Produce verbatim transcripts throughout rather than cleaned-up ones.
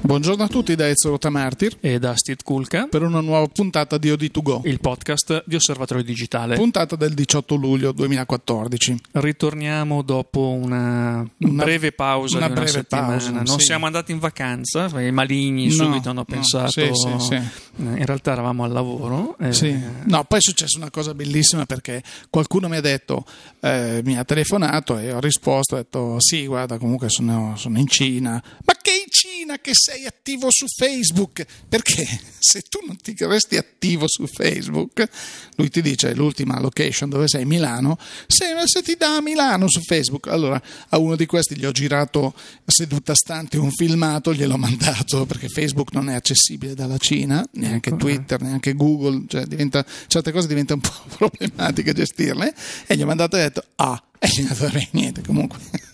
Buongiorno a tutti da Ezio Rotamartir e da Steve Kulka per una nuova puntata di O D due Go, il podcast di Osservatorio Digitale. Puntata del diciotto luglio duemilaquattordici. Ritorniamo dopo una, una breve pausa una di una breve settimana. Pausa, non sì. siamo andati in vacanza, perché i maligni no, subito hanno no, pensato sì, sì, sì. In realtà eravamo al lavoro. Eh. Sì. No, poi è successa una cosa bellissima, perché qualcuno mi ha detto, eh, mi ha telefonato e ho risposto, ho detto sì, guarda, comunque sono, sono in Cina. Ma che in Cina che sei attivo su Facebook? Perché se tu non ti resti attivo su Facebook, lui ti dice l'ultima location dove sei, Milano, se, se ti dà a Milano su Facebook. Allora a uno di questi gli ho girato seduta stante un filmato, gliel'ho mandato, perché Facebook non è accessibile dalla Cina, neanche Twitter, neanche Google, cioè diventa, certe cose diventano un po' problematiche gestirle, e gli ho mandato e ho detto ah, e gli ho detto beh, niente, comunque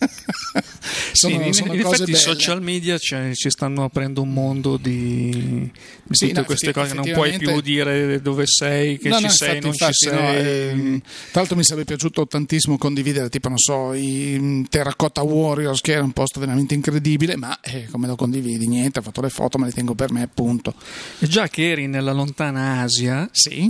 sono, sì, sono in cose effetti i belle. social media cioè, ci stanno aprendo un mondo di, di sì, tutte no, queste cose, non puoi più dire dove sei, che no, ci no, sei, infatti, non infatti, ci no, sei. eh, tra l'altro mi sarebbe piaciuto tantissimo condividere, tipo non so, i Terracotta Warriors, che era un posto veramente incredibile, ma eh, come lo condividi? Niente, ho fatto le foto, me le tengo per me, appunto. E già che eri nella lontana Asia, sì.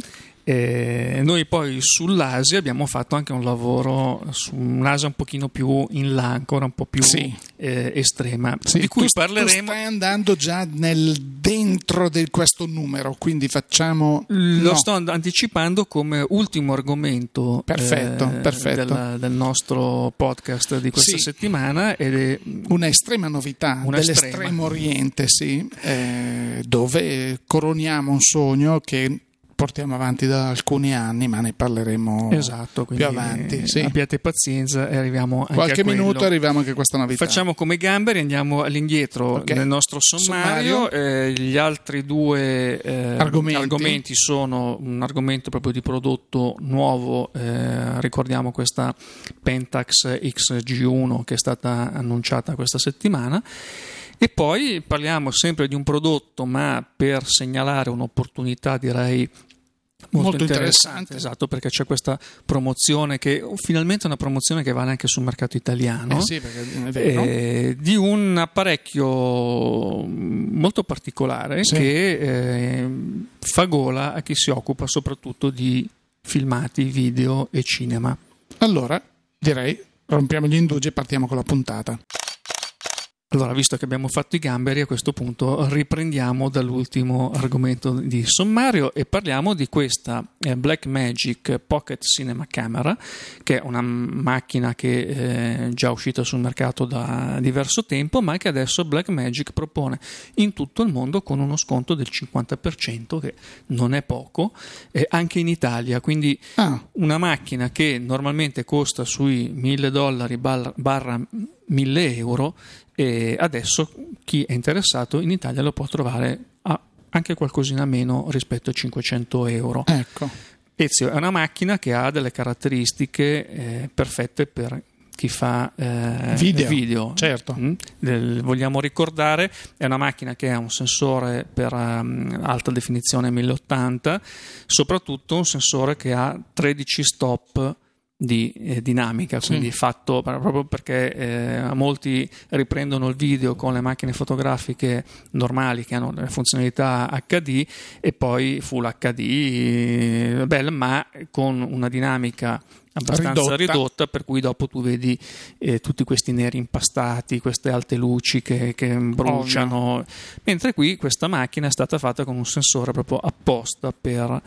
Eh, noi poi sull'Asia abbiamo fatto anche un lavoro su un'Asia un pochino più in là, ancora un po' più sì. eh, estrema, sì, di cui tu, parleremo. Tu stai andando già nel dentro di questo numero, quindi facciamo lo no. sto anticipando come ultimo argomento perfetto, eh, perfetto. Della, del nostro podcast di questa sì. settimana, ed è una estrema novità una dell'estremo estrema. Oriente, sì, eh, dove coroniamo un sogno che portiamo avanti da alcuni anni, ma ne parleremo esatto, più avanti. Sì. Abbiate pazienza e arriviamo anche qualche a quello. minuto arriviamo anche a questa novità. Facciamo come Gamberi, andiamo all'indietro okay. nel nostro sommario. sommario. Eh, gli altri due eh, argomenti. argomenti sono un argomento proprio di prodotto nuovo. Eh, ricordiamo questa Pentax X G uno che è stata annunciata questa settimana. E poi parliamo sempre di un prodotto, ma per segnalare un'opportunità, direi molto, molto interessante. interessante. Esatto, perché c'è questa promozione che finalmente è una promozione che vale anche sul mercato italiano, eh sì, perché è vero. Eh, di un apparecchio molto particolare sì. che eh, fa gola a chi si occupa soprattutto di filmati, video e cinema. Allora direi rompiamo gli indugi e partiamo con la puntata. Allora, visto che abbiamo fatto i gamberi, a questo punto riprendiamo dall'ultimo argomento di sommario e parliamo di questa Blackmagic Pocket Cinema Camera, che è una macchina che è già uscita sul mercato da diverso tempo, ma che adesso Blackmagic propone in tutto il mondo con uno sconto del cinquanta per cento, che non è poco, eh, anche in Italia. Quindi ah. una macchina che normalmente costa sui mille dollari barra mille euro, e adesso chi è interessato in Italia lo può trovare a anche qualcosina meno rispetto a cinquecento euro. Ecco. Ezio, è una macchina che ha delle caratteristiche eh, perfette per chi fa eh, video. video. Certo. Mm? Del, vogliamo ricordare, è una macchina che ha un sensore per um, alta definizione mille ottanta, soprattutto un sensore che ha tredici stop di eh, dinamica, quindi sì. fatto proprio perché eh, molti riprendono il video con le macchine fotografiche normali che hanno le funzionalità acca di e poi Full acca di, bella, ma con una dinamica abbastanza ridotta. ridotta, per cui dopo tu vedi eh, tutti questi neri impastati, queste alte luci che, che bruciano. Ovvio. Mentre qui questa macchina è stata fatta con un sensore proprio apposta per,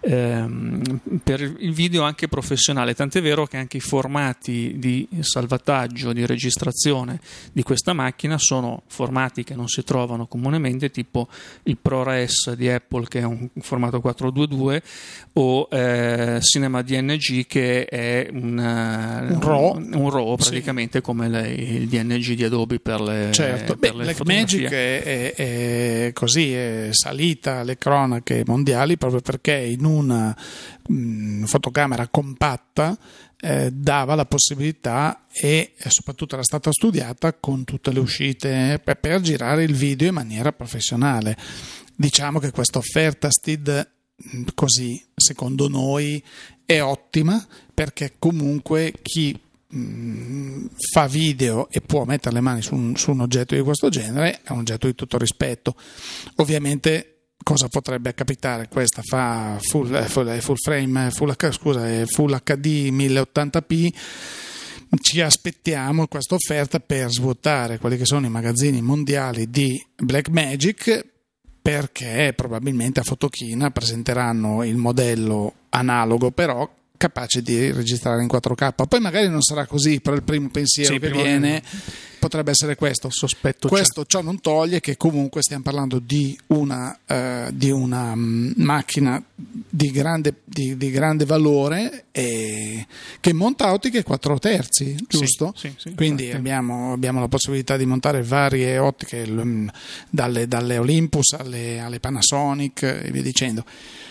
ehm, per il video anche professionale, tant'è vero che anche i formati di salvataggio, di registrazione di questa macchina sono formati che non si trovano comunemente, tipo il ProRes di Apple, che è un formato quattrocentoventidue, o eh, Cinema D N G, che è è un, un RAW, un, un RAW praticamente sì. come le, il D N G di Adobe per le, certo. per Beh, le Blackmagic è, è, è così, è salita alle cronache mondiali proprio perché in una mh, fotocamera compatta eh, dava la possibilità, e soprattutto era stata studiata con tutte le uscite per, per girare il video in maniera professionale. Diciamo che questa offerta S T I D così secondo noi è ottima, perché comunque chi mh, fa video e può mettere le mani su un, su un oggetto di questo genere, è un oggetto di tutto rispetto. Ovviamente cosa potrebbe capitare? Questa fa full, full, full frame, full, scusa, full acca di mille ottanta p. Ci aspettiamo questa offerta per svuotare quelli che sono i magazzini mondiali di Blackmagic, perché probabilmente a Fotochina presenteranno il modello analogo però capace di registrare in quattro K. Poi magari non sarà così, però il primo pensiero sì, che primo viene potrebbe essere questo. Sospetto questo ciò non toglie che comunque stiamo parlando di una, uh, di una um, macchina di grande, di, di grande valore e che monta ottiche quattro terzi, giusto? Sì, sì, sì, quindi infatti. abbiamo, abbiamo la possibilità di montare varie ottiche um, dalle, dalle Olympus alle, alle Panasonic e via dicendo.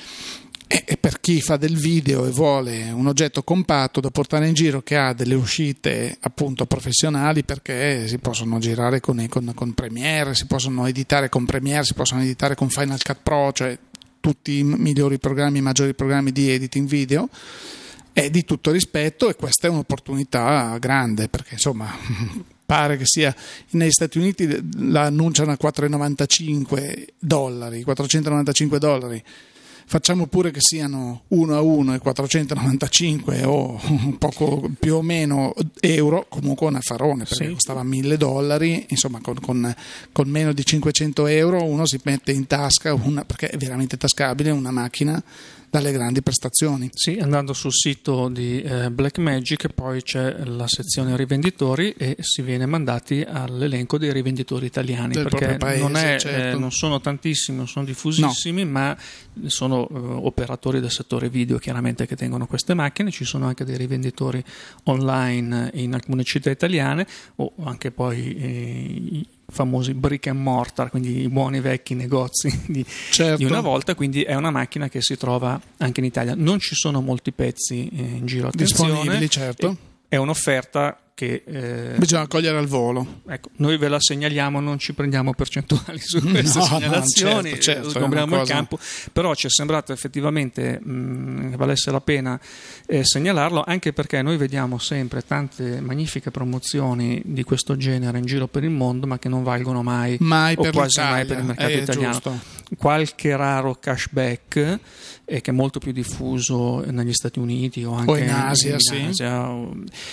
E per chi fa del video e vuole un oggetto compatto da portare in giro, che ha delle uscite appunto professionali, perché si possono girare con, con, con Premiere, si possono editare con Premiere, si possono editare con Final Cut Pro, cioè tutti i migliori programmi, i maggiori programmi di editing video, è di tutto rispetto e questa è un'opportunità grande, perché insomma pare che sia negli Stati Uniti la annunciano a quattrocentonovantacinque dollari, quattrocentonovantacinque dollari. Facciamo pure che siano uno a uno e quattrocentonovantacinque o un poco più o meno euro, comunque un affarone, perché sì, costava mille dollari, insomma con, con, con meno di cinquecento euro uno si mette in tasca, una, perché è veramente tascabile, una macchina dalle grandi prestazioni. Sì, andando sul sito di eh, Blackmagic poi c'è la sezione rivenditori e si viene mandati all'elenco dei rivenditori italiani, del perché paese, non, è, certo. eh, non sono tantissimi, non sono diffusissimi, no, ma sono eh, operatori del settore video chiaramente che tengono queste macchine. Ci sono anche dei rivenditori online in alcune città italiane o anche poi eh, i famosi brick and mortar, quindi i buoni vecchi negozi di, certo. di una volta, quindi è una macchina che si trova anche in Italia. Non ci sono molti pezzi eh, in giro, attenzione, disponibili, certo. È un'offerta che eh, bisogna cogliere al volo. Ecco, noi ve la segnaliamo, non ci prendiamo percentuali su queste no, segnalazioni, no, certo, certo, compriamo il cosa... campo, però ci è sembrato effettivamente mh, che valesse la pena eh, segnalarlo, anche perché noi vediamo sempre tante magnifiche promozioni di questo genere in giro per il mondo, ma che non valgono mai, mai o per quasi l'Italia, mai per il mercato è italiano. Giusto. Qualche raro cashback eh, che è molto più diffuso negli Stati Uniti o anche o in Asia, in sì. Asia o,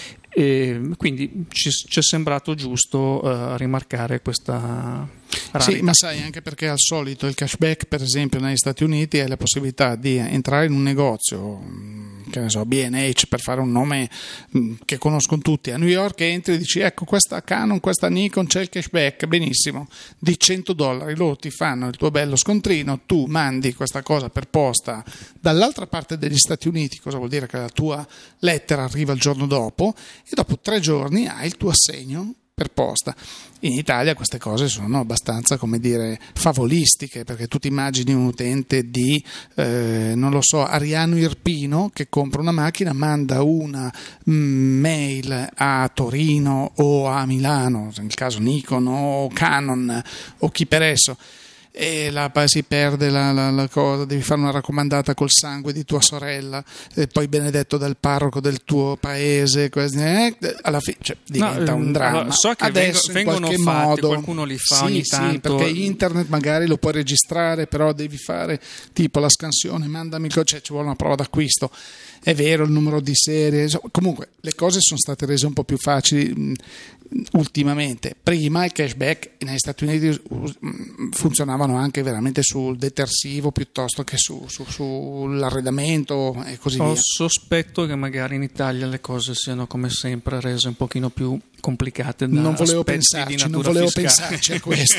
e quindi ci, ci è sembrato giusto uh, rimarcare questa rarità. Sì, ma sai, anche perché al solito il cashback, per esempio negli Stati Uniti, è la possibilità di entrare in un negozio, che ne so, B and H, per fare un nome che conoscono tutti, a New York, e entri e dici ecco questa Canon, questa Nikon, c'è il cashback, benissimo, di cento dollari, loro ti fanno il tuo bello scontrino, tu mandi questa cosa per posta dall'altra parte degli Stati Uniti, cosa vuol dire che la tua lettera arriva il giorno dopo e dopo tre giorni hai il tuo assegno per posta. In Italia queste cose sono abbastanza, come dire, favolistiche, perché tu ti immagini un utente di eh, non lo so, Ariano Irpino, che compra una macchina, manda una mm, mail a Torino o a Milano, nel caso Nikon o Canon o chi per esso, e la, si perde la, la, la cosa, devi fare una raccomandata col sangue di tua sorella e poi benedetto dal parroco del tuo paese, eh, alla fine cioè, diventa no, un dramma. Allora, so che adesso vengono in qualche fatti, modo qualcuno li fa sì, ogni sì, tanto, perché internet magari lo puoi registrare, però devi fare tipo la scansione, mandami il codice, cioè, ci vuole una prova d'acquisto, è vero, il numero di serie, comunque le cose sono state rese un po' più facili ultimamente. Prima il cashback negli Stati Uniti funzionavano anche veramente sul detersivo piuttosto che su, su, sull'arredamento e così Ho via. sospetto che magari in Italia le cose siano come sempre rese un pochino più complicate da non volevo aspetti pensarci, di natura non volevo fiscale. pensarci a questo.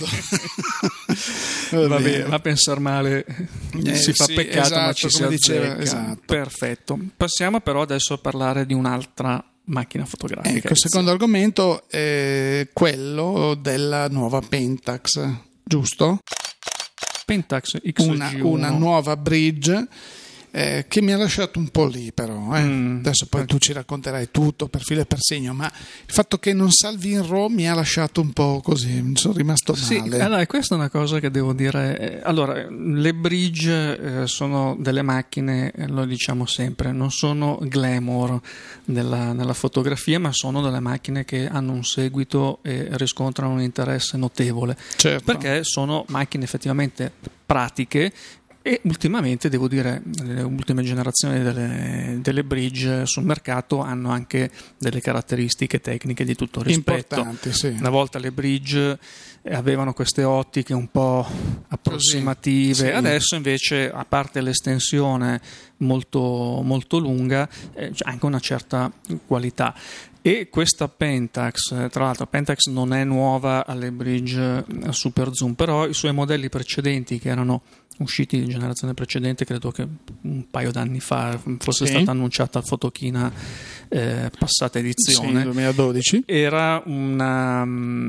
Va bene, a pensare male eh, si fa sì, peccato, esatto, ma ci si come diceva, azzecca. esatto. Perfetto. Passiamo però adesso a parlare di un'altra macchina fotografica. Ecco, il secondo argomento è quello della nuova Pentax, giusto? Pentax X G uno. Una, una nuova bridge eh, che mi ha lasciato un po' lì però, eh. Mm. Adesso poi tu ci racconterai tutto per filo e per segno, ma il fatto che non salvi in RAW mi ha lasciato un po' così, mi sono rimasto Sì, male. allora, questa è una cosa che devo dire. Allora, le bridge eh, sono delle macchine, eh, lo diciamo sempre, non sono glamour nella, nella fotografia, ma sono delle macchine che hanno un seguito e riscontrano un interesse notevole, Certo. perché sono macchine effettivamente pratiche. E ultimamente, devo dire, le ultime generazioni delle, delle bridge sul mercato hanno anche delle caratteristiche tecniche di tutto rispetto. Importanti, sì. Una volta le bridge avevano queste ottiche un po' approssimative, Sì. adesso invece, a parte l'estensione molto, molto lunga, eh, c'è anche una certa qualità. E questa Pentax, tra l'altro Pentax non è nuova alle bridge super zoom, però i suoi modelli precedenti, che erano usciti in generazione precedente, credo che un paio d'anni fa fosse Sì. stata annunciata al Fotochina eh, passata edizione, Sì, duemiladodici. era una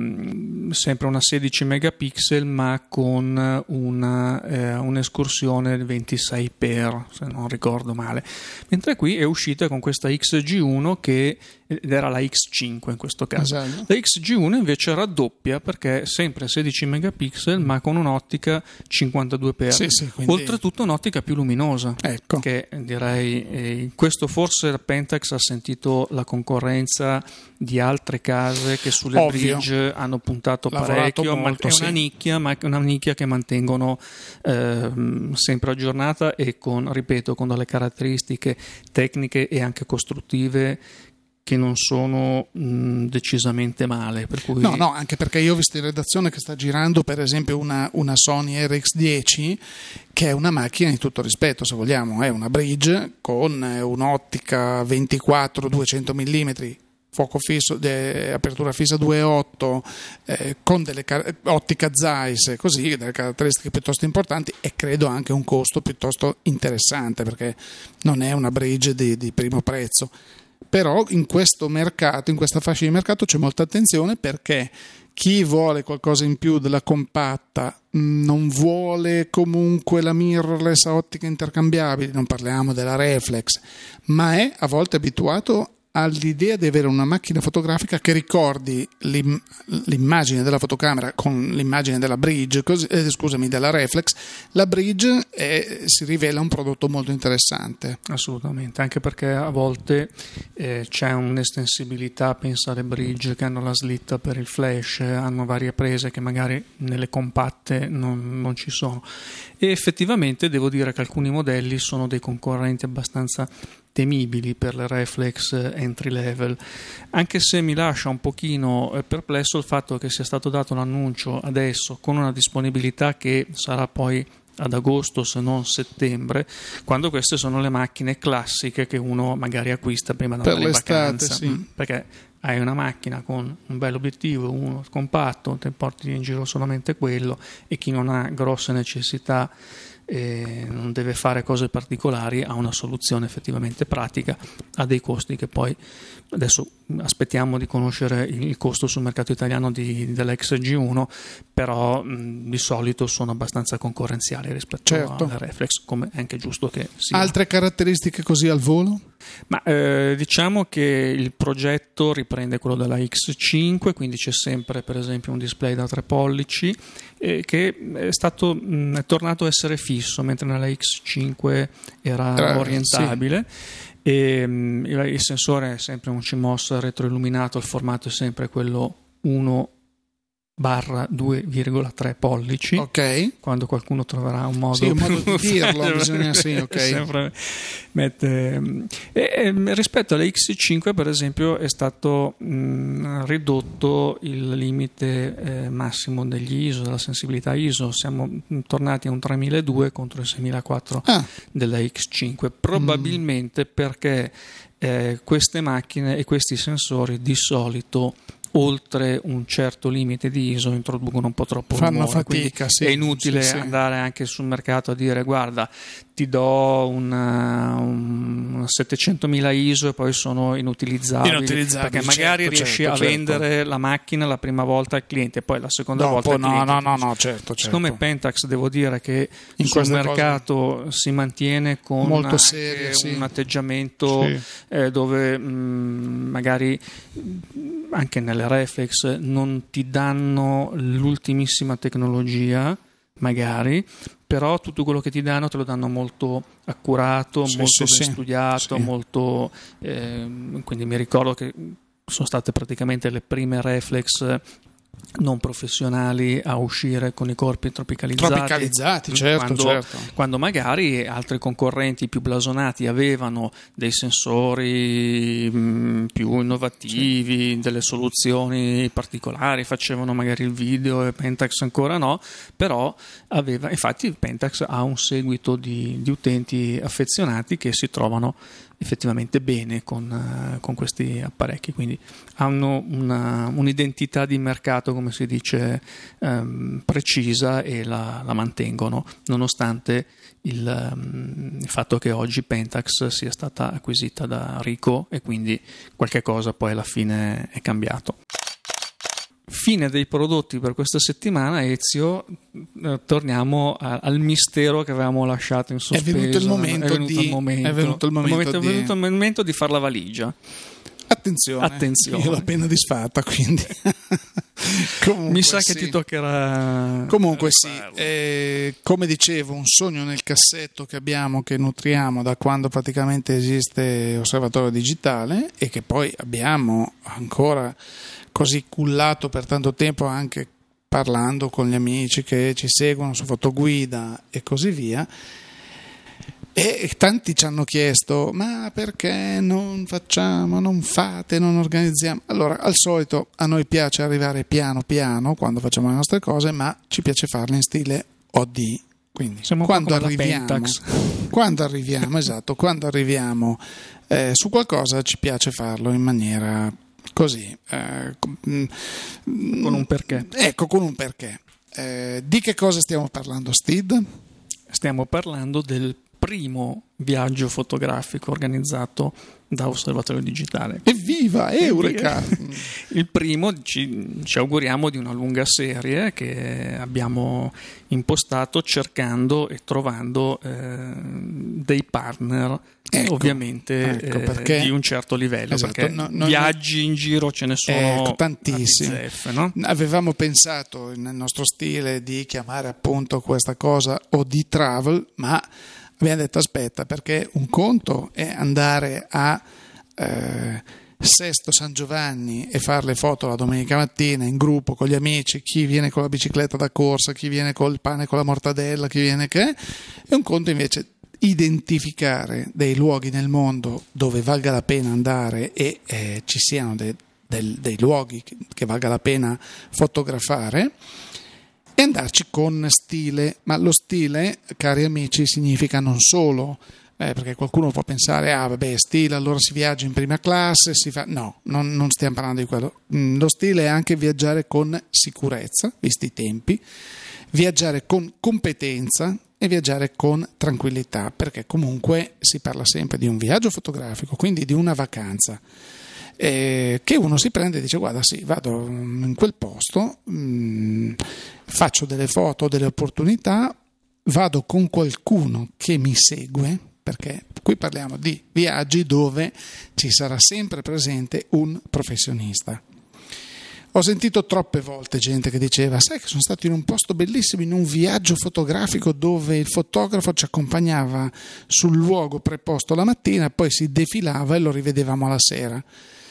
mh, sempre una sedici megapixel, ma con una, eh, un'escursione ventisei per, se non ricordo male, mentre qui è uscita con questa X G uno che ed era la X cinque in questo caso. Esatto. La X G uno invece raddoppia, perché è sempre sedici megapixel ma con un'ottica cinquantadue per, Sì, sì, quindi- oltretutto un'ottica più luminosa, Ecco. che direi eh, in questo forse la Pentax ha sentito la concorrenza di altre case che sulle Ovvio. bridge hanno puntato Lavorato parecchio, molto, ma è una sì. nicchia, ma è una nicchia che mantengono ehm, sempre aggiornata e con, ripeto, con delle caratteristiche tecniche e anche costruttive che non sono mh, decisamente male, per cui... No, no, anche perché io ho visto in redazione che sta girando per esempio una, una Sony R X dieci, che è una macchina di tutto rispetto, se vogliamo, è una bridge con un'ottica ventiquattro duecento millimetri, fuoco fisso, de, apertura fissa due virgola otto, eh, con delle car- ottica Zeiss, così, delle caratteristiche piuttosto importanti, e credo anche un costo piuttosto interessante, perché non è una bridge di, di primo prezzo. Però in questo mercato, in questa fascia di mercato c'è molta attenzione, perché chi vuole qualcosa in più della compatta non vuole comunque la mirrorless a ottiche intercambiabili, non parliamo della reflex, ma è a volte abituato all'idea di avere una macchina fotografica che ricordi l'im- l'immagine della fotocamera con l'immagine della bridge, così, eh, scusami, della reflex. La bridge è, si rivela un prodotto molto interessante. Assolutamente, anche perché a volte eh, c'è un'estensibilità, pensa alle bridge che hanno la slitta per il flash, hanno varie prese che magari nelle compatte non, non ci sono, e effettivamente devo dire che alcuni modelli sono dei concorrenti abbastanza temibili per le reflex entry level, anche se mi lascia un pochino perplesso il fatto che sia stato dato l'annuncio adesso con una disponibilità che sarà poi ad agosto se non settembre, quando queste sono le macchine classiche che uno magari acquista prima di Per andare in l'estate, vacanza, sì. perché hai una macchina con un bel obiettivo, uno compatto, te porti in giro solamente quello, e chi non ha grosse necessità e non deve fare cose particolari ha una soluzione effettivamente pratica a dei costi che poi adesso aspettiamo di conoscere il costo sul mercato italiano di, dell'X G uno, però mh, di solito sono abbastanza concorrenziali rispetto Certo. alla reflex, come è anche giusto che sia. Altre caratteristiche così al volo? Ma eh, diciamo che il progetto riprende quello della X cinque, quindi c'è sempre per esempio un display da tre pollici eh, che è stato mh, è tornato a essere fisso, mentre nella X cinque era Era- orientabile. E, mh, il, il sensore è sempre un C M O S retroilluminato, il formato è sempre quello uno barra due virgola tre pollici. Ok. Quando qualcuno troverà un modo, Sì, un modo di più dirlo, facile, bisogna- sì, ok. sempre mette- e, e, rispetto alle X cinque per esempio è stato mh, ridotto il limite eh, massimo degli I S O, della sensibilità I S O, siamo mh, tornati a un tremiladuecento contro il seimilaquattrocento Ah, della X cinque, probabilmente perché eh, queste macchine e questi sensori di solito oltre un certo limite di I S O introducono un po' troppo fanno rumore, fatica, sì, è inutile sì, sì. andare anche sul mercato a dire guarda ti do una, un settecentomila I S O e poi sono inutilizzabili, Inutilizzabili, perché magari certo, riesci certo, a certo. vendere la macchina la prima volta al cliente, poi la seconda Dopo, volta al no, cliente no, ti no, dice- no, certo, certo. Siccome Pentax devo dire che In sul queste mercato si mantiene con Molto anche seria, sì. un atteggiamento Sì. eh, dove mh, magari mh, anche nelle reflex non ti danno l'ultimissima tecnologia magari, però tutto quello che ti danno te lo danno molto accurato, Sì, molto sì, ben sì. studiato, Sì. molto ehm, quindi mi ricordo che sono state praticamente le prime reflex non professionali a uscire con i corpi tropicalizzati, Tropicalizzati, certo, quando, certo. quando magari altri concorrenti più blasonati avevano dei sensori mh, più innovativi, sì. delle soluzioni particolari, facevano magari il video e Pentax ancora no, però aveva, infatti Pentax ha un seguito di, di utenti affezionati che si trovano effettivamente bene con, uh, con questi apparecchi, quindi hanno una, un'identità di mercato, come si dice, um, precisa e la, la mantengono nonostante il, um, il fatto che oggi Pentax sia stata acquisita da Ricoh e quindi qualche cosa poi alla fine è cambiato. Fine dei prodotti per questa settimana. Ezio, eh, torniamo a, al mistero che avevamo lasciato in sospeso. È venuto il momento, è venuto di, il momento, è venuto il momento, il momento, di... è venuto il momento di fare la valigia. Attenzione, Attenzione. Io l'ho appena disfatta, quindi comunque, mi sa sì. che ti toccherà. Comunque sì, eh, come dicevo, un sogno nel cassetto che abbiamo, che nutriamo da quando praticamente esiste Osservatorio Digitale e che poi abbiamo ancora così cullato per tanto tempo, anche parlando con gli amici che ci seguono su Fotoguida e così via. E tanti ci hanno chiesto: ma perché non facciamo, non fate, non organizziamo? Allora, al solito a noi piace arrivare piano piano quando facciamo le nostre cose, ma ci piace farle in stile O D. Quindi Siamo quando un po' come la arriviamo, Pentax. quando arriviamo, esatto, quando arriviamo eh, su qualcosa ci piace farlo in maniera così, eh, con un perché. Ecco, con un perché. Eh, di che cosa stiamo parlando, Steve? Stiamo parlando del primo viaggio fotografico organizzato da Osservatorio Digitale. Evviva, Eureka! Il primo, ci, ci auguriamo di una lunga serie che abbiamo impostato cercando e trovando eh, dei partner, ecco, ovviamente ecco, eh, perché, di un certo livello, esatto, perché no, no, viaggi in giro ce ne sono ecco, tantissimi. a bizzeffe, no? Avevamo pensato nel nostro stile di chiamare appunto questa cosa O D Travel, ma abbiamo detto aspetta, perché un conto è andare a eh, Sesto San Giovanni e fare le foto la domenica mattina in gruppo con gli amici, chi viene con la bicicletta da corsa, chi viene col pane con la mortadella, chi viene che, e un conto invece identificare dei luoghi nel mondo dove valga la pena andare e eh, ci siano dei, dei, dei luoghi che, che valga la pena fotografare e andarci con stile. Ma lo stile, cari amici, significa non solo eh, perché qualcuno può pensare ah vabbè stile allora si viaggia in prima classe, si fa no, non, non stiamo parlando di quello. Lo stile è anche viaggiare con sicurezza, visti i tempi, viaggiare con competenza e viaggiare con tranquillità, perché comunque si parla sempre di un viaggio fotografico, quindi di una vacanza eh, che uno si prende e dice guarda sì, vado in quel posto, mh, faccio delle foto, delle opportunità, vado con qualcuno che mi segue, perché qui parliamo di viaggi dove ci sarà sempre presente un professionista. Ho sentito troppe volte gente che diceva sai che sono stato in un posto bellissimo, in un viaggio fotografico dove il fotografo ci accompagnava sul luogo preposto la mattina e poi si defilava e lo rivedevamo la sera.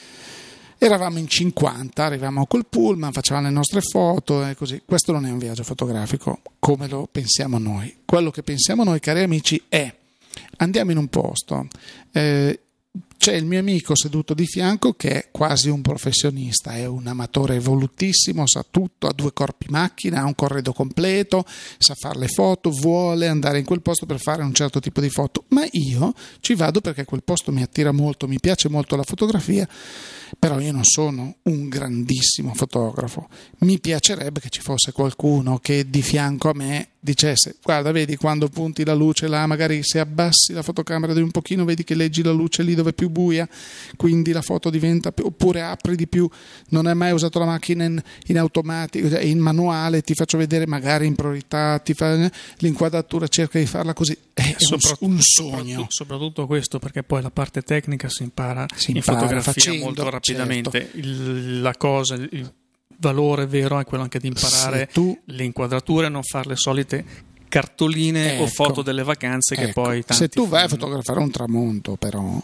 Eravamo in cinquanta, arrivavamo col pullman, facevamo le nostre foto e così. Questo non è un viaggio fotografico come lo pensiamo noi. Quello che pensiamo noi, cari amici, è andiamo in un posto, eh, c'è il mio amico seduto di fianco che è quasi un professionista, è un amatore evolutissimo, sa tutto, ha due corpi macchina, ha un corredo completo, sa fare le foto, vuole andare in quel posto per fare un certo tipo di foto, ma io ci vado perché quel posto mi attira molto, mi piace molto la fotografia, però io non sono un grandissimo fotografo. Mi piacerebbe che ci fosse qualcuno che di fianco a me dicesse: guarda, vedi quando punti la luce là, magari se abbassi la fotocamera di un pochino vedi che leggi la luce lì dove è più buia, quindi la foto diventa più, oppure apri di più, non hai mai usato la macchina in, in automatico, in manuale, ti faccio vedere magari in priorità, ti fa l'inquadratura, cerca di farla così. È un, un sogno. Soprattutto, soprattutto questo, perché poi la parte tecnica si impara, si in impara fotografia facendo, molto rapidamente. Certo. Il, la cosa, il valore vero è quello anche di imparare tu, le inquadrature, non fare le solite cartoline ecco, o foto delle vacanze, ecco, che poi tanti se tu vai a fanno. fotografare un tramonto però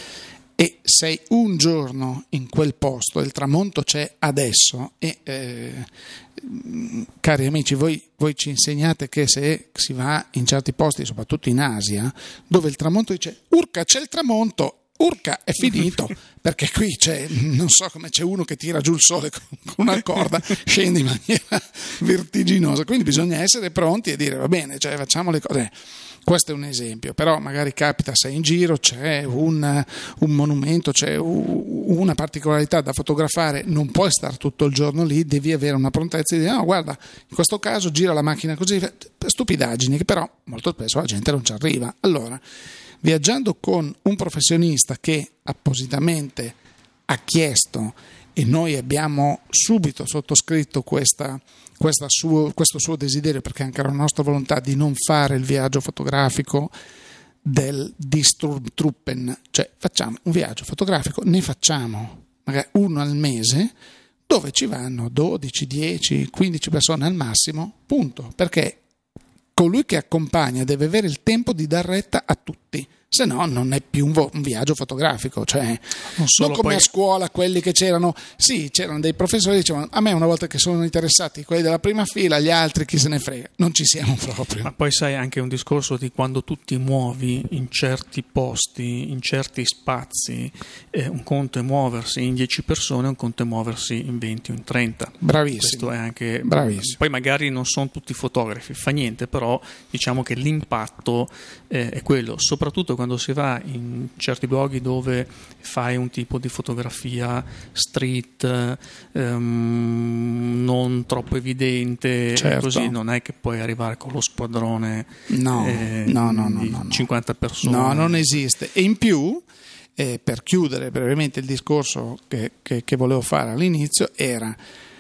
e sei un giorno in quel posto, il tramonto c'è adesso e eh, cari amici, voi, voi ci insegnate che se si va in certi posti, soprattutto in Asia, dove il tramonto dice urca c'è il tramonto, urca è finito, perché qui c'è, non so come, c'è uno che tira giù il sole con una corda, scende in maniera vertiginosa, quindi bisogna essere pronti e dire va bene, cioè facciamo le cose. Questo è un esempio, però magari capita, sei in giro, c'è un, un monumento, c'è una particolarità da fotografare, non puoi stare tutto il giorno lì, devi avere una prontezza di dire no, guarda, in questo caso gira la macchina così, stupidaggini che però molto spesso la gente non ci arriva. Allora, viaggiando con un professionista che appositamente ha chiesto e noi abbiamo subito sottoscritto questa, questa suo, questo suo desiderio, perché anche era la nostra volontà di non fare il viaggio fotografico del Distrubtruppen, cioè facciamo un viaggio fotografico, ne facciamo magari uno al mese dove ci vanno dodici, dieci, quindici persone al massimo, punto, perché colui che accompagna deve avere il tempo di dar retta a tutti, se no non è più un, vo- un viaggio fotografico, cioè non, non come poi... a scuola quelli che c'erano, sì, c'erano dei professori che dicevano a me una volta che sono interessati quelli della prima fila, gli altri chi se ne frega, non ci siamo proprio. Ma poi sai anche un discorso di quando tu ti muovi in certi posti, in certi spazi, eh, un conto è muoversi in dieci persone, un conto è muoversi in venti o in trenta. Bravissimo. Questo è anche Bravissimo. Poi magari non sono tutti fotografi, fa niente, però diciamo che l'impatto eh, è quello, soprattutto quando si va in certi luoghi dove fai un tipo di fotografia street, ehm, non troppo evidente, certo. Così non è che puoi arrivare con lo squadrone no, eh, no, no, no, di no, no. cinquanta persone. No, non esiste. E in più, eh, per chiudere brevemente il discorso che, che, che volevo fare all'inizio, era: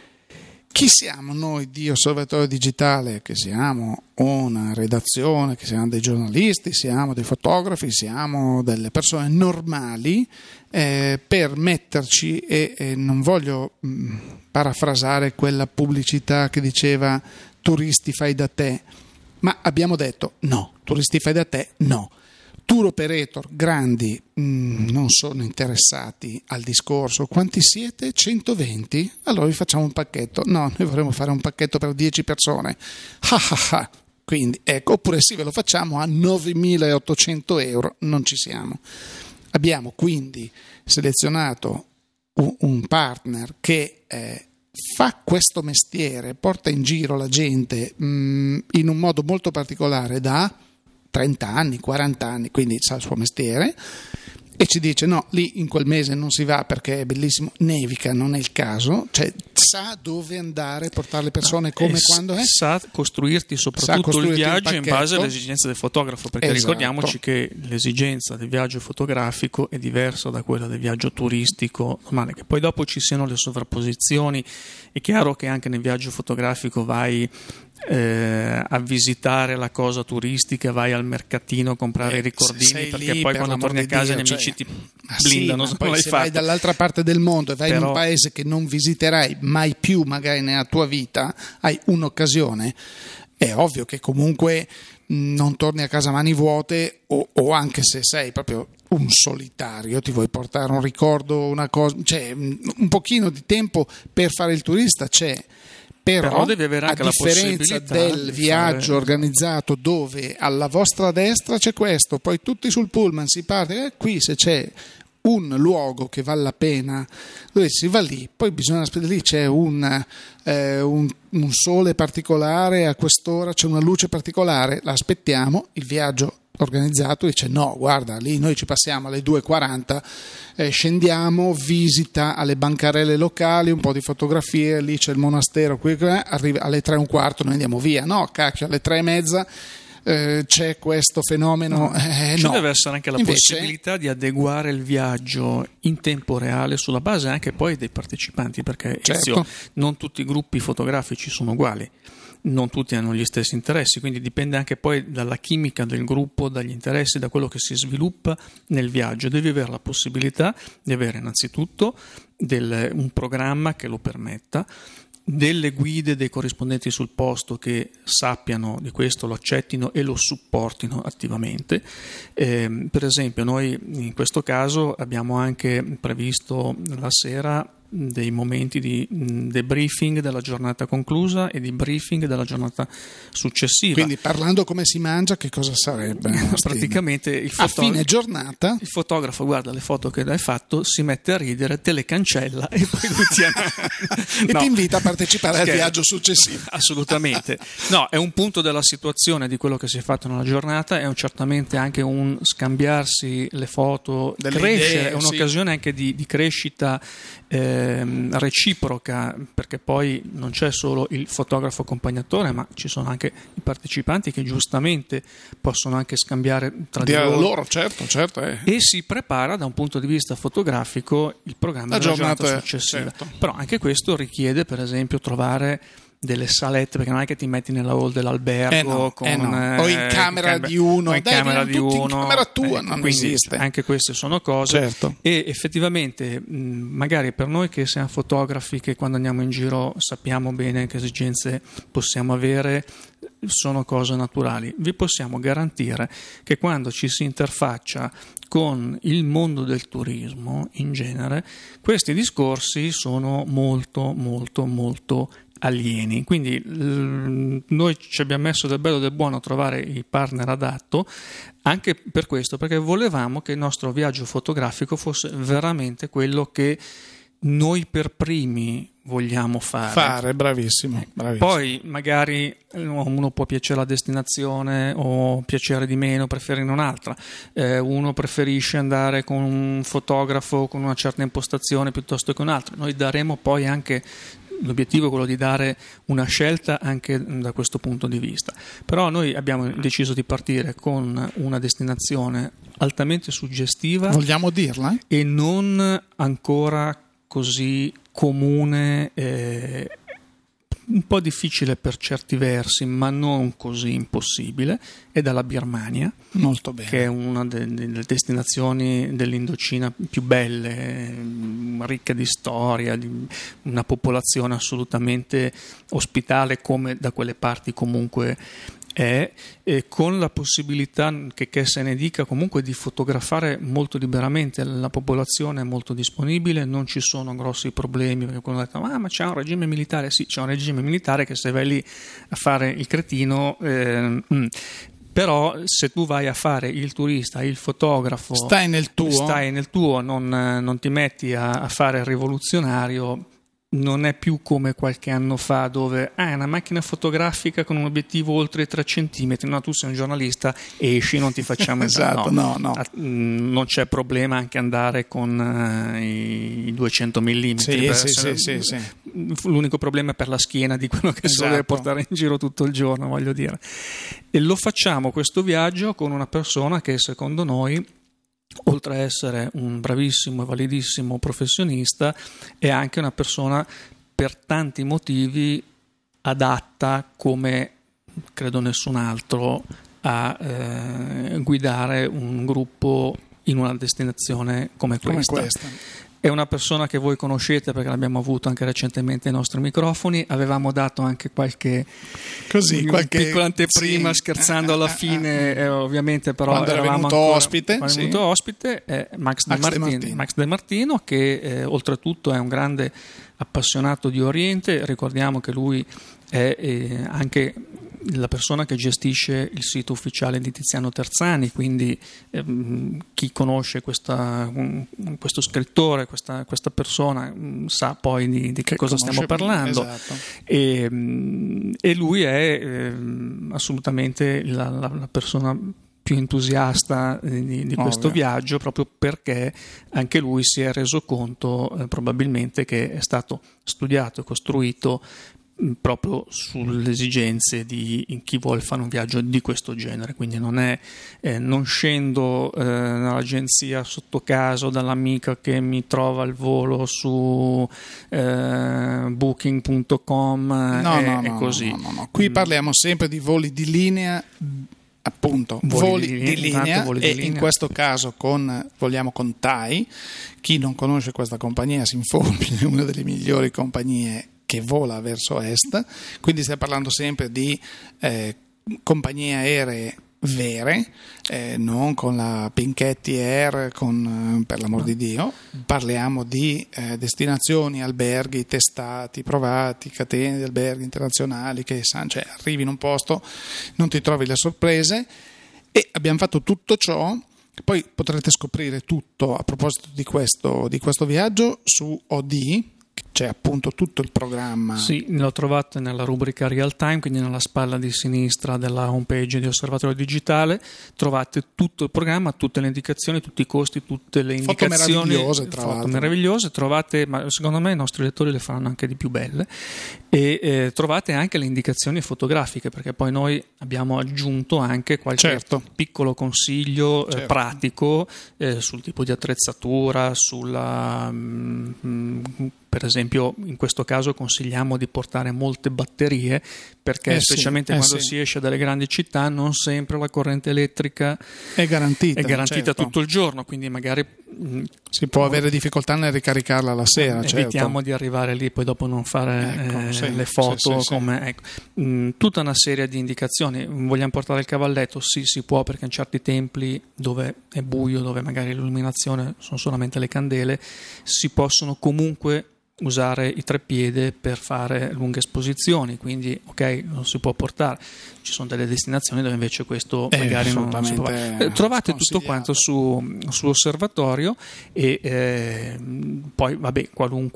chi siamo noi di Osservatorio Digitale? Che siamo una redazione, che siamo dei giornalisti, siamo dei fotografi, siamo delle persone normali, eh, per metterci, e, e non voglio mh, parafrasare quella pubblicità che diceva turisti fai da te, ma abbiamo detto no, turisti fai da te no. Tour operator grandi mh, non sono interessati al discorso. Quanti siete? centoventi? Allora vi facciamo un pacchetto. No, noi vorremmo fare un pacchetto per dieci persone. Ah ah ah. Quindi ecco, oppure sì, ve lo facciamo a novemilaottocento euro. Non ci siamo. Abbiamo quindi selezionato un, un partner che eh, fa questo mestiere, porta in giro la gente mh, in un modo molto particolare da trenta anni, quaranta anni, quindi sa il suo mestiere, e ci dice no, lì in quel mese non si va perché è bellissimo, nevica, non è il caso, cioè sa dove andare, portare le persone, come, e quando è, sa costruirti soprattutto costruirti il viaggio il in base alle esigenze del fotografo, perché esatto. Ricordiamoci che l'esigenza del viaggio fotografico è diversa da quella del viaggio turistico normale, che poi dopo ci siano le sovrapposizioni. È chiaro che anche nel viaggio fotografico vai Eh, a visitare la cosa turistica, vai al mercatino a comprare eh, i ricordini, perché lì, poi per quando torni a casa Dio, gli amici cioè, ti sì, blindano se poi non l'hai se fatto. vai dall'altra parte del mondo e vai Però... in un paese che non visiterai mai più magari nella tua vita, hai un'occasione, è ovvio che comunque non torni a casa a mani vuote, o, o anche se sei proprio un solitario, ti vuoi portare un ricordo, una cosa, cioè un pochino di tempo per fare il turista c'è. Però, Però devi avere anche a differenza del viaggio fare... organizzato dove alla vostra destra c'è questo, poi tutti sul pullman si parte, eh, qui se c'è un luogo che vale la pena, dove si va lì, poi bisogna aspettare, lì c'è un, eh, un, un sole particolare, a quest'ora c'è una luce particolare, la aspettiamo, il viaggio organizzato dice no, guarda, lì noi ci passiamo alle due e quaranta, eh, scendiamo, visita alle bancarelle locali, un po' di fotografie, lì c'è il monastero, qui, eh, arriva alle tre e un quarto, noi andiamo via, no, cacchio, alle tre e mezza eh, c'è questo fenomeno, eh, ci no. deve essere anche la Invece, possibilità di adeguare il viaggio in tempo reale sulla base anche poi dei partecipanti, perché certo. ezio, non tutti i gruppi fotografici sono uguali, non tutti hanno gli stessi interessi, quindi dipende anche poi dalla chimica del gruppo, dagli interessi, da quello che si sviluppa nel viaggio. Devi avere la possibilità di avere innanzitutto del, un programma che lo permetta, delle guide, dei corrispondenti sul posto che sappiano di questo, lo accettino e lo supportino attivamente. Eh, per esempio noi in questo caso abbiamo anche previsto la sera dei momenti di debriefing della giornata conclusa e di briefing della giornata successiva. Quindi parlando come si mangia, che cosa sarebbe? Praticamente il a fotografo, fine giornata il fotografo guarda le foto che hai fatto, si mette a ridere, te le cancella e poi lui ti, e no. ti invita a partecipare Scherzo. al viaggio successivo. Assolutamente. No, è un punto della situazione di quello che si è fatto nella giornata, è un, certamente anche un scambiarsi le foto, Delle cresce, idee, è un'occasione sì. anche di, di crescita eh, reciproca, perché poi non c'è solo il fotografo accompagnatore, ma ci sono anche i partecipanti che giustamente possono anche scambiare tra di loro, loro certo, certo eh. e si prepara da un punto di vista fotografico il programma La della giornata, giornata successiva. Certo. Però anche questo richiede per esempio trovare delle salette, perché non è che ti metti nella hall dell'albergo eh no, con, eh no. eh, o in camera cam- di uno, o in dai, camera di tutti uno in camera tua, eh, non quindi esiste. Anche queste sono cose, certo. E effettivamente mh, magari per noi che siamo fotografi, che quando andiamo in giro sappiamo bene che esigenze possiamo avere, sono cose naturali. Vi possiamo garantire che quando ci si interfaccia con il mondo del turismo in genere, questi discorsi sono molto molto molto alieni, quindi l- noi ci abbiamo messo del bello e del buono a trovare il partner adatto anche per questo, perché volevamo che il nostro viaggio fotografico fosse veramente quello che noi per primi vogliamo fare. Fare, bravissimo, bravissimo. Poi magari uno può piacere la destinazione o piacere di meno, preferire un'altra. Eh, uno preferisce andare con un fotografo con una certa impostazione piuttosto che un altro. Noi daremo poi anche, l'obiettivo è quello di dare una scelta anche da questo punto di vista. Però noi abbiamo deciso di partire con una destinazione altamente suggestiva. Vogliamo dirla? E non ancora così comune, eh, un po' difficile per certi versi, ma non così impossibile, è dalla Birmania. Molto bene. Che è una delle destinazioni dell'Indocina più belle, ricca di storia, di una popolazione assolutamente ospitale, come da quelle parti comunque è, eh, con la possibilità, che, che se ne dica, comunque di fotografare molto liberamente. La popolazione è molto disponibile, non ci sono grossi problemi, perché quando ho detto ah, ma c'è un regime militare, sì, c'è un regime militare che se vai lì a fare il cretino eh, mm. Però se tu vai a fare il turista, il fotografo, stai nel tuo, stai nel tuo non, non ti metti a, a fare il rivoluzionario. Non è più come qualche anno fa, dove ah, è una macchina fotografica con un obiettivo oltre i tre centimetri, no, tu sei un giornalista, esci, non ti facciamo esatto, no, no, no. Non c'è problema anche andare con uh, i duecento millimetri. Sì, sì, sì, sì, sì. L'unico problema è per la schiena di quello che esatto. si deve portare in giro tutto il giorno, voglio dire. E lo facciamo questo viaggio con una persona che secondo noi, oltre a essere un bravissimo e validissimo professionista, è anche una persona per tanti motivi adatta, come credo nessun altro, a eh, guidare un gruppo in una destinazione come questa. Come questa. È una persona che voi conoscete perché l'abbiamo avuto anche recentemente ai nostri microfoni. Avevamo dato anche qualche, Così, qualche piccola anteprima, sì, scherzando alla fine, eh, ovviamente, però quando eravamo è venuto ancora, ospite, quando sì. è venuto ospite è Max, Max, De De Martino, Martino. Max De Martino, che eh, oltretutto è un grande appassionato di Oriente. Ricordiamo che lui è eh, anche la persona che gestisce il sito ufficiale di Tiziano Terzani, quindi ehm, chi conosce questa, um, questo scrittore, questa, questa persona um, sa poi di, di che, che cosa stiamo parlando. Esatto. E, um, e lui è ehm, assolutamente la, la, la persona più entusiasta di, di questo Ovvio. viaggio, proprio perché anche lui si è reso conto eh, probabilmente che è stato studiato e costruito mh, proprio sulle esigenze di chi vuole fare un viaggio di questo genere. Quindi non è eh, non scendo eh, nell'agenzia sotto casa dall'amica che mi trova il volo su eh, booking punto com No, e, no, e no, così. no, no, no. Qui parliamo sempre di voli di linea, appunto, Voli voli, di di linea, linea, voli di e linea. in questo caso con, vogliamo con Thai. Chi non conosce questa compagnia si informi, è una delle migliori compagnie che vola verso est, quindi stiamo parlando sempre di eh, compagnie aeree vere, eh, non con la Pinchetti Air, con, eh, per l'amor di Dio. Parliamo di eh, destinazioni, alberghi testati, provati, catene di alberghi internazionali che sanno, cioè arrivi in un posto, non ti trovi le sorprese, e abbiamo fatto tutto ciò. Poi potrete scoprire tutto a proposito di questo, di questo viaggio su O D. C'è appunto tutto il programma. Sì, lo trovate nella rubrica Real Time, quindi nella spalla di sinistra della homepage di Osservatorio Digitale. Trovate tutto il programma, tutte le indicazioni, tutti i costi, tutte le Foto indicazioni. meravigliose, tra foto l'altro. meravigliose. Trovate, ma secondo me i nostri lettori le faranno anche di più belle. E eh, trovate anche le indicazioni fotografiche, perché poi noi abbiamo aggiunto anche qualche Certo. piccolo consiglio Certo. eh, pratico eh, sul tipo di attrezzatura, sulla mm, per esempio in questo caso consigliamo di portare molte batterie, perché Eh sì, specialmente eh quando sì. si esce dalle grandi città non sempre la corrente elettrica È garantita, è garantita certo. tutto il giorno, quindi magari mh, Si può avere difficoltà nel ricaricarla la sera, evitiamo certo. di arrivare lì poi dopo non fare Ecco, eh, sì, le foto sì, sì, sì. come ecco. Mh, tutta una serie di indicazioni. Vogliamo portare il cavalletto? Sì, si può, perché in certi templi dove è buio, dove magari l'illuminazione sono solamente le candele, si possono comunque usare i treppiede per fare lunghe esposizioni, quindi ok, non si può portare. Ci sono delle destinazioni dove invece questo È magari non, non si può assolutamente fare. Eh, trovate tutto sconsigliato. quanto su, su Osservatorio, e eh, poi vabbè,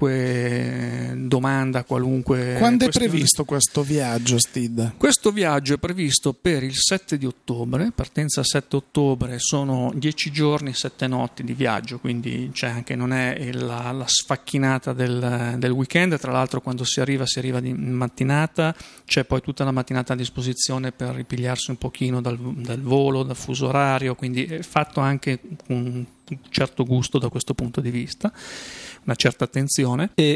qualunque domanda, qualunque Quando è questione. previsto questo viaggio, Stid? Questo viaggio è previsto per il sette di ottobre, partenza sette ottobre, sono dieci giorni, sette notti di viaggio, quindi c'è anche, non è il- la, la sfacchinata del, del weekend. Tra l'altro quando si arriva si arriva di mattinata, c'è poi tutta la mattinata a disposizione per ripigliarsi un pochino dal, dal volo, dal fuso orario, quindi è fatto anche con un certo gusto da questo punto di vista, una certa attenzione. E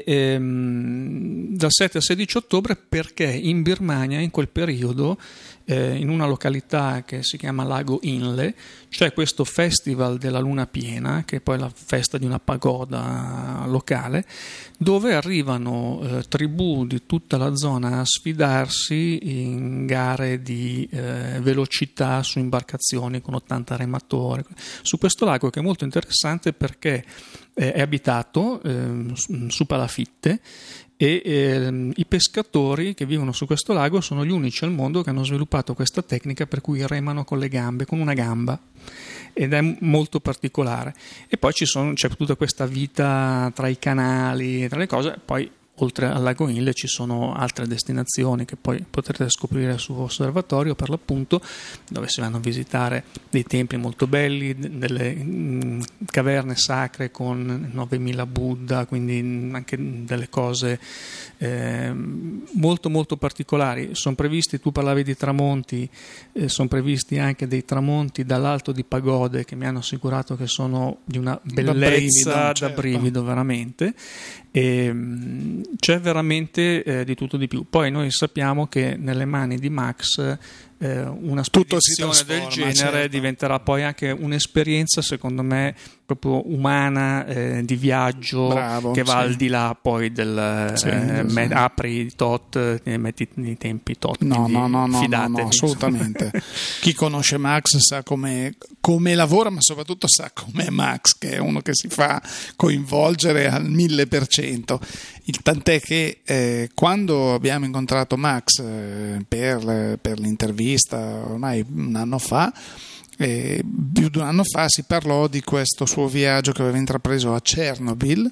ehm, dal sette al sedici ottobre, perché in Birmania in quel periodo eh, in una località che si chiama Lago Inle c'è questo festival della luna piena, che è poi la festa di una pagoda locale, dove arrivano eh, tribù di tutta la zona a sfidarsi in gare di eh, velocità su imbarcazioni con ottanta rematori su questo lago, che è molto interessante perché eh, è abitato eh, su palafitte, e eh, i pescatori che vivono su questo lago sono gli unici al mondo che hanno sviluppato questa tecnica per cui remano con le gambe, con una gamba, ed è molto particolare. E poi ci sono, c'è tutta questa vita tra i canali, tra le cose. Poi oltre al lago Inle ci sono altre destinazioni che poi potrete scoprire su Osservatorio, per l'appunto, dove si vanno a visitare dei templi molto belli, delle mh, caverne sacre con novemila Buddha, quindi anche delle cose eh, molto molto particolari. Sono previsti, tu parlavi di tramonti, eh, sono previsti anche dei tramonti dall'alto di pagode che mi hanno assicurato che sono di una bellezza da brivido, certo. da brivido veramente. E, mh, c'è veramente eh, di tutto di più. Poi noi sappiamo che nelle mani di Max eh, una Tutto si spedizione del trasforma, genere certo. diventerà poi anche un'esperienza, secondo me, proprio umana, eh, di viaggio. Bravo, che va sì. al di là poi del Sì, eh, sì. me- apri tot, eh, metti i tempi tot. No, quindi no, no, no, no, fidatevi, no, assolutamente. Chi conosce Max sa come, come lavora, ma soprattutto sa com'è Max, che è uno che si fa coinvolgere al mille per cento. Il tant'è che eh, quando abbiamo incontrato Max eh, per, per l'intervista ormai un anno fa, eh, più di un anno fa, si parlò di questo suo viaggio che aveva intrapreso a Chernobyl.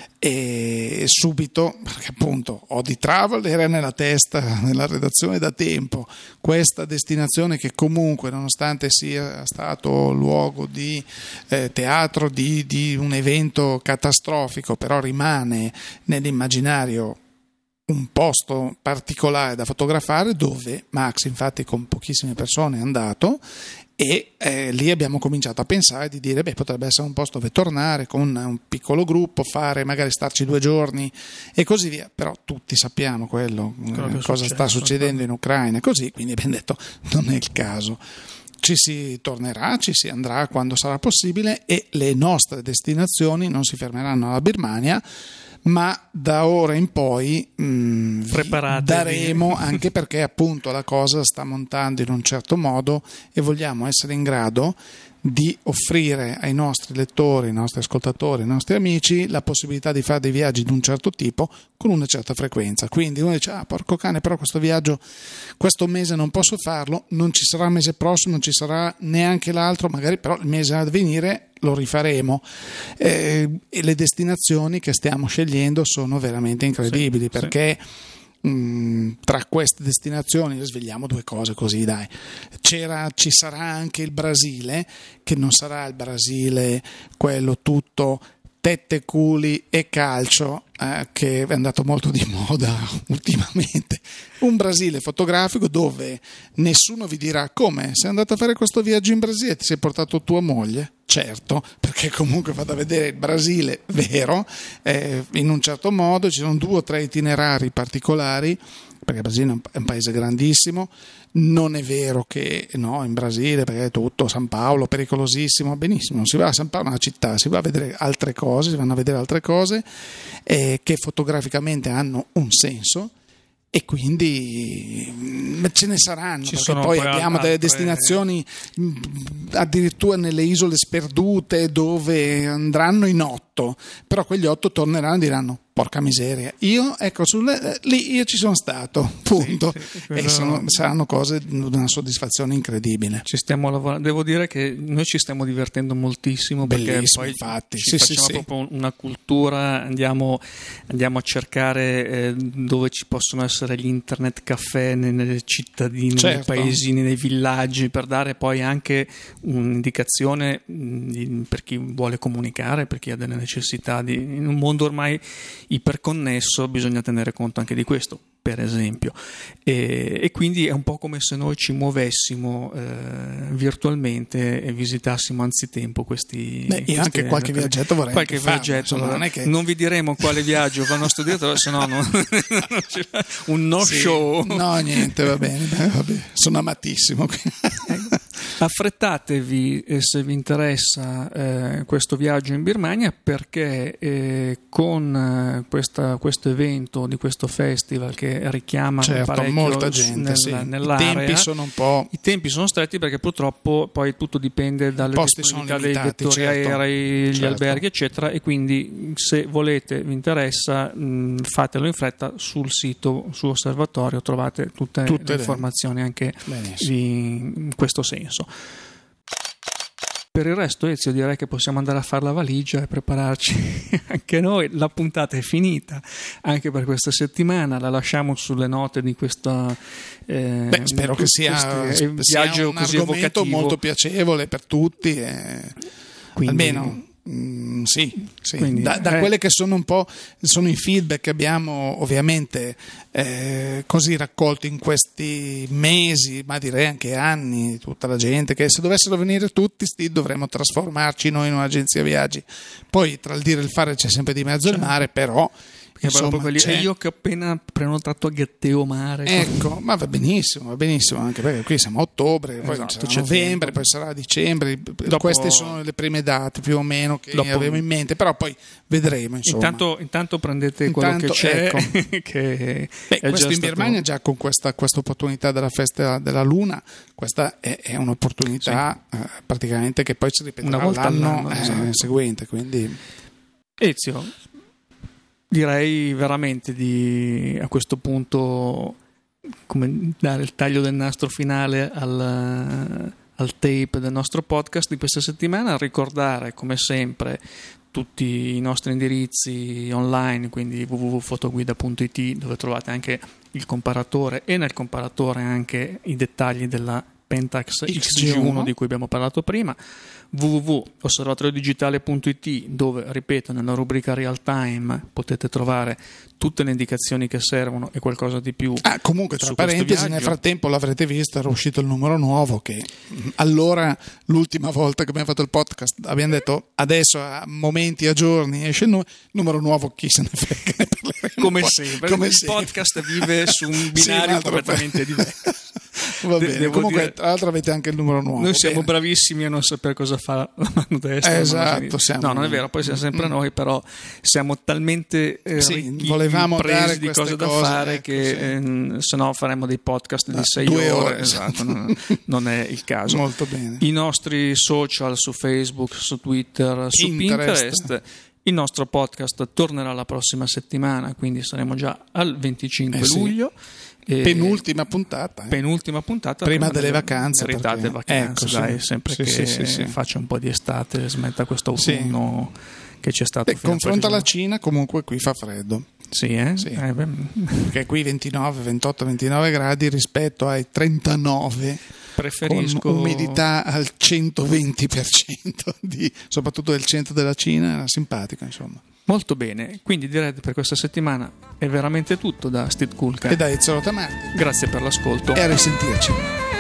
E subito, perché appunto Odi Travel era nella testa, nella redazione da tempo, questa destinazione che comunque, nonostante sia stato luogo di eh, teatro di, di un evento catastrofico, però rimane nell'immaginario un posto particolare da fotografare, dove Max infatti con pochissime persone è andato. E eh, lì abbiamo cominciato a pensare di dire, beh, potrebbe essere un posto dove tornare con un piccolo gruppo, fare, magari starci due giorni e così via. Però tutti sappiamo quello, eh, cosa sta succedendo in Ucraina e così, quindi abbiamo detto non è il caso. Ci si tornerà, ci si andrà quando sarà possibile e le nostre destinazioni non si fermeranno alla Birmania, ma da ora in poi mh, daremo, anche perché appunto la cosa sta montando in un certo modo e vogliamo essere in grado di offrire ai nostri lettori, ai nostri ascoltatori, ai nostri amici la possibilità di fare dei viaggi di un certo tipo con una certa frequenza. Quindi uno dice, ah porco cane, però questo viaggio questo mese non posso farlo, non ci sarà il mese prossimo, non ci sarà neanche l'altro, magari però il mese a venire lo rifaremo, eh, e le destinazioni che stiamo scegliendo sono veramente incredibili, sì, perché sì. mh, tra queste destinazioni svegliamo due cose così, dai. C'era, ci sarà anche il Brasile, che non sarà il Brasile quello tutto tette, culi e calcio, eh, che è andato molto di moda ultimamente. Un Brasile fotografico dove nessuno vi dirà: come, sei andato a fare questo viaggio in Brasile, ti sei portato tua moglie? Certo, perché comunque vado a vedere il Brasile vero, eh, in un certo modo. Ci sono due o tre itinerari particolari, perché il Brasile è un paese grandissimo. Non è vero che no, in Brasile, perché è tutto San Paolo, pericolosissimo. Benissimo, non si va a San Paolo, è una città, si va a vedere altre cose, si vanno a vedere altre cose eh, che fotograficamente hanno un senso. E quindi ce ne saranno, Ci perché sono poi poi abbiamo altre... delle destinazioni addirittura nelle isole sperdute dove andranno in otto, però quegli otto torneranno e diranno: porca miseria, io ecco sulle, lì io ci sono stato, punto. Sì, sì, quello... e sono, saranno cose di una soddisfazione incredibile. Ci stiamo lavorando, devo dire che noi ci stiamo divertendo moltissimo. Bellissimo, perché poi infatti ci sì, facciamo sì, proprio sì. una cultura, andiamo, andiamo a cercare eh, dove ci possono essere gli internet caffè nelle cittadine, certo. nei paesini, nei villaggi, per dare poi anche un'indicazione mh, per chi vuole comunicare, per chi ha delle necessità di, in un mondo ormai iperconnesso bisogna tenere conto anche di questo, per esempio, e, e quindi è un po' come se noi ci muovessimo eh, virtualmente e visitassimo anzitempo questi. Beh, io questi, anche qualche viaggetto vorrei qualche farlo, viaggetto, insomma, non è che... non vi diremo quale viaggio fa il nostro direttore, se no non, non ci fa un no sì, show. No, niente, va bene, va bene. Sono amatissimo. Affrettatevi eh, se vi interessa eh, questo viaggio in Birmania, perché eh, con eh, questa, questo evento di questo festival che richiama certo, parecchio molta gente, nel, sì. nell'area, i tempi sono un po' i tempi sono stretti, perché purtroppo poi tutto dipende dalle disponibilità dei vettori certo, aerei, gli certo. alberghi eccetera, e quindi se volete, vi interessa, mh, fatelo in fretta. Sul sito, su Osservatorio, trovate tutte, tutte le informazioni anche di, in questo senso. Per il resto, Ezio, direi che possiamo andare a fare la valigia e prepararci anche noi. La puntata è finita anche per questa settimana, la lasciamo sulle note di questa eh, Beh, spero che sia, questi, sia viaggio un così argomento evocativo, molto piacevole per tutti e quindi, almeno Mm, sì, sì. Quindi, da, da eh. quelle che sono un po' sono i feedback che abbiamo ovviamente eh, così raccolti in questi mesi, ma direi anche anni, tutta la gente che se dovessero venire tutti sti dovremmo trasformarci noi in un'agenzia viaggi. Poi tra il dire e il fare c'è sempre di mezzo il mare, però Insomma, proprio lì. E io che ho appena prenotato a Gatteo Mare. Ecco, ma va benissimo, va benissimo, anche perché qui siamo a ottobre, poi Esatto, sarà c'è novembre, tempo. poi sarà dicembre. Dopo- Queste sono le prime date più o meno che Dopo- avevo in mente, però poi vedremo, insomma. Intanto, intanto prendete Intanto, quello che c'è. ecco. che Beh, è questo già in stato- Birmania già con questa, questa opportunità della festa della luna, questa è, è un'opportunità eh, praticamente che poi si ripeterà Una volta l'anno all'anno, eh, esatto. seguente, quindi Ezio, direi veramente di a questo punto come dare il taglio del nastro finale al, al tape del nostro podcast di questa settimana, ricordare come sempre tutti i nostri indirizzi online, quindi w w w punto fotoguida punto i t, dove trovate anche il comparatore e nel comparatore anche i dettagli della Pentax X G uno di cui abbiamo parlato prima, w w w punto osservatorio digitale punto i t, dove, ripeto, nella rubrica real time potete trovare tutte le indicazioni che servono e qualcosa di più. ah, comunque tra su questo parentesi nel viaggio. frattempo l'avrete visto, era uscito il numero nuovo che mh, allora l'ultima volta che abbiamo fatto il podcast abbiamo detto adesso a momenti, a giorni esce il nu- numero nuovo, chi se ne frega, ne parleremo Come poi. sempre, Come il sempre. podcast vive su un Sì, un binario altro completamente diverso. Va De- bene. devo Comunque dire- tra l'altro avete anche il numero nuovo. Noi siamo bene. bravissimi a non sapere cosa fa la mano destra. Eh, la mano esatto, sinistra. siamo- No, non è vero, poi siamo sempre Mm. noi, però siamo talmente eh, Sì, ricchi, volevamo presi dare di queste cose da cose, fare ecco, che sì. eh, se no faremo dei podcast di Da sei due ore. ore. Esatto, non, non è il caso. Molto bene. I nostri social su Facebook, su Twitter, su Pinterest. Pinterest. Il nostro podcast tornerà la prossima settimana, quindi saremo già al venticinque Eh sì. luglio. E- Penultima puntata. eh. penultima puntata Prima delle vacanze, meritate perché- vacanze, ecco, dai, sì. sempre Sì, che sì, sì, sì. faccia un po' di estate, smetta questo autunno che c'è stato Beh, fino a confronto alla qualche Cina, comunque qui fa freddo. Sì, eh? Sì. Eh, beh, Perché qui ventinove, ventotto, ventinove gradi rispetto ai trentanove preferisco con umidità al centoventi per cento di, soprattutto del centro della Cina, era simpatico, insomma. molto bene. Quindi direi che per questa settimana è veramente tutto da Steve Kulka. E da Ezio Rotamarti. Grazie per l'ascolto. E a risentirci.